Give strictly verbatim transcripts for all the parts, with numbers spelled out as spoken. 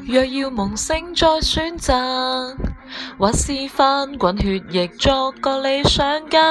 若要夢醒再選擇，或是翻滾血液作個理想家。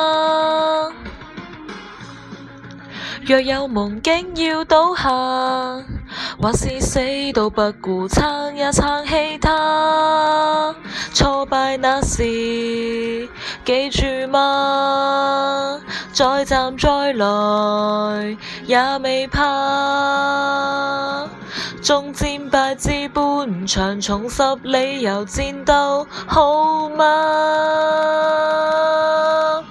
若有夢境要倒下，或是死都不顧撐也撐起它。挫敗那時記住嗎？再站再來也未怕。縱戰敗至半場，重拾理由戰鬥好嗎？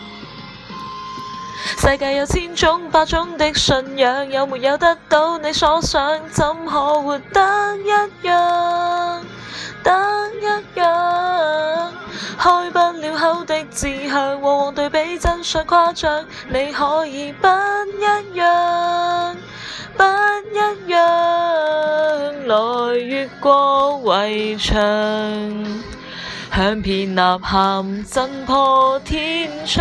世界有千種百種的信仰，有沒有得到你所想？怎可活得一樣？得一樣？開不了口的志向，往往對比真相誇張。你可以不一樣，不一樣，來越過圍牆，向遍吶喊震破天窗。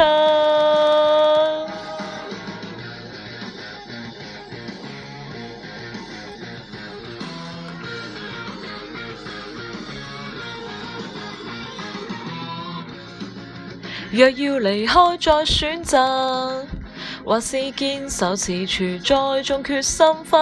若要離開再選擇，或是堅守此處再種決心花。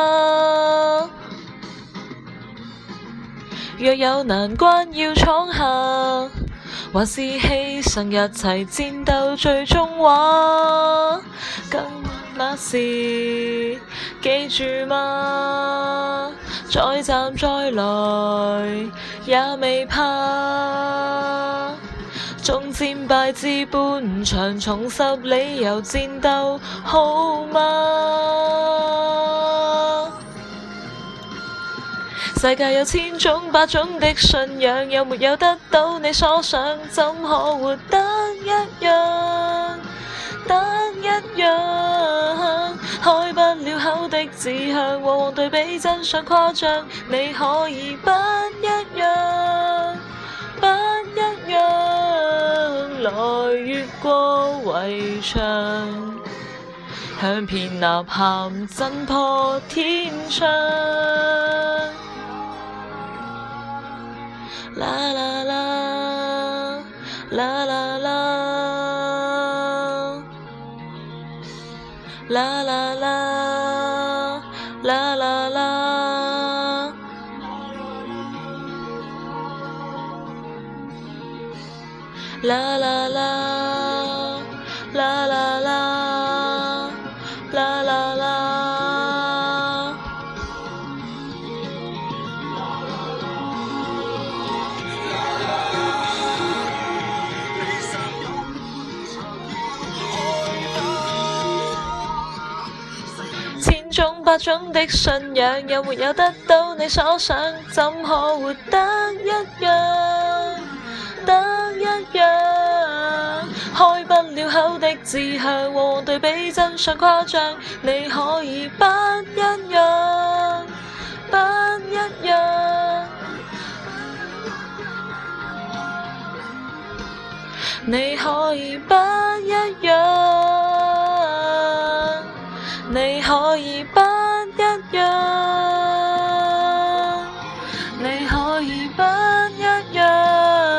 若有難關要闖下，或是犧牲一切戰鬥最終話。今那時記住嗎？再站再來也未怕。縱戰敗至半場，重拾理由戰鬥好嗎？世界有千種百種的信仰，有沒有得到你所想？怎可活得一樣？得一樣？開不了口的志向，往往對比真相誇張。你可以不一樣，不一樣，來越過圍牆，向遍吶喊震破天窗。啦啦啦，啦啦啦，啦啦啦，啦啦啦，啦啦啦，啦啦啦，啦啦啦。千種百種的信仰，有沒有得到你所想？怎可活得一樣？得一樣？開不了口的志向，往往對比真相誇張。你可以不一樣，不一樣，你可以不一樣，你可以不一樣，你可以不一樣。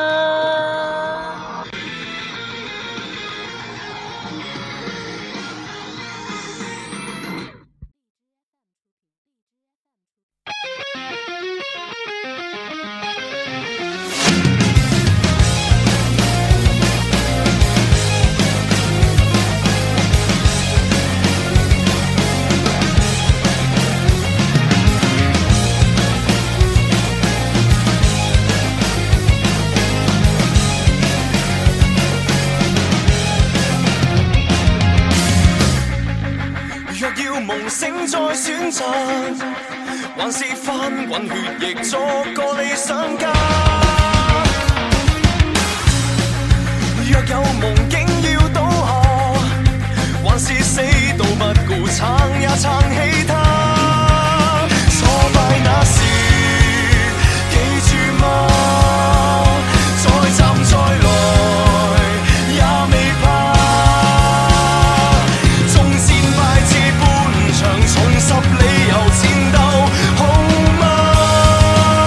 夢醒再選擇，還是翻滾血液作個理想家。若有夢境要倒下，還是死都不顧撐也撐起它。挫敗那時記住嗎？再站再來也未怕。重拾理由戰鬥好嗎？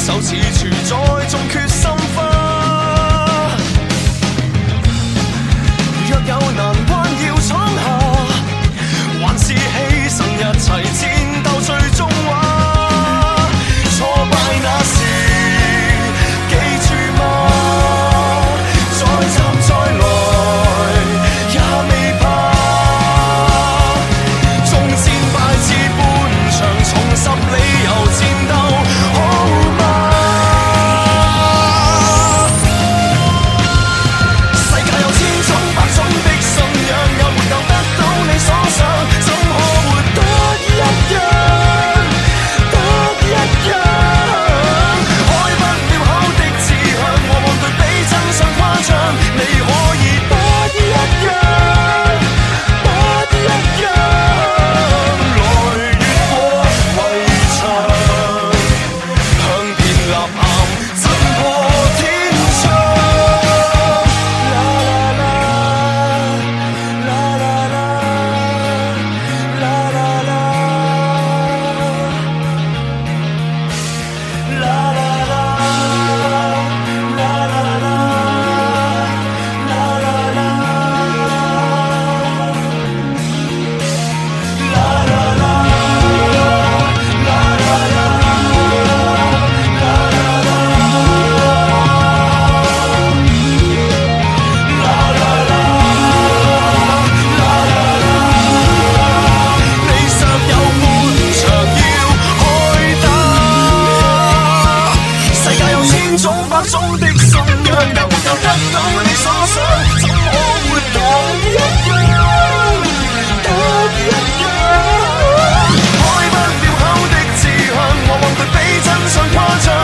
手似處在種決心花。若有難關要闖下，還是犧牲一切戰鬥最終話。挫敗那時記住嗎？再站再來也未怕。縱戰敗至半場，重拾理由戰鬥，好嗎？世界有千種百種的信仰，有沒有得到你所想？怎可活得一樣？得一樣？開不了口的志向，往往對比真相誇張。你可以不一樣，不一樣。來越過圍牆，向遍吶喊，震破天窗。啦啦啦，啦啦啦，啦啦啦，啦啦啦，啦啦你尚有半場要開打。世界有千種百種的信仰，有沒有得到你所想？怎可活得一樣？得一樣？開不了口的志向，往往對比真相誇張。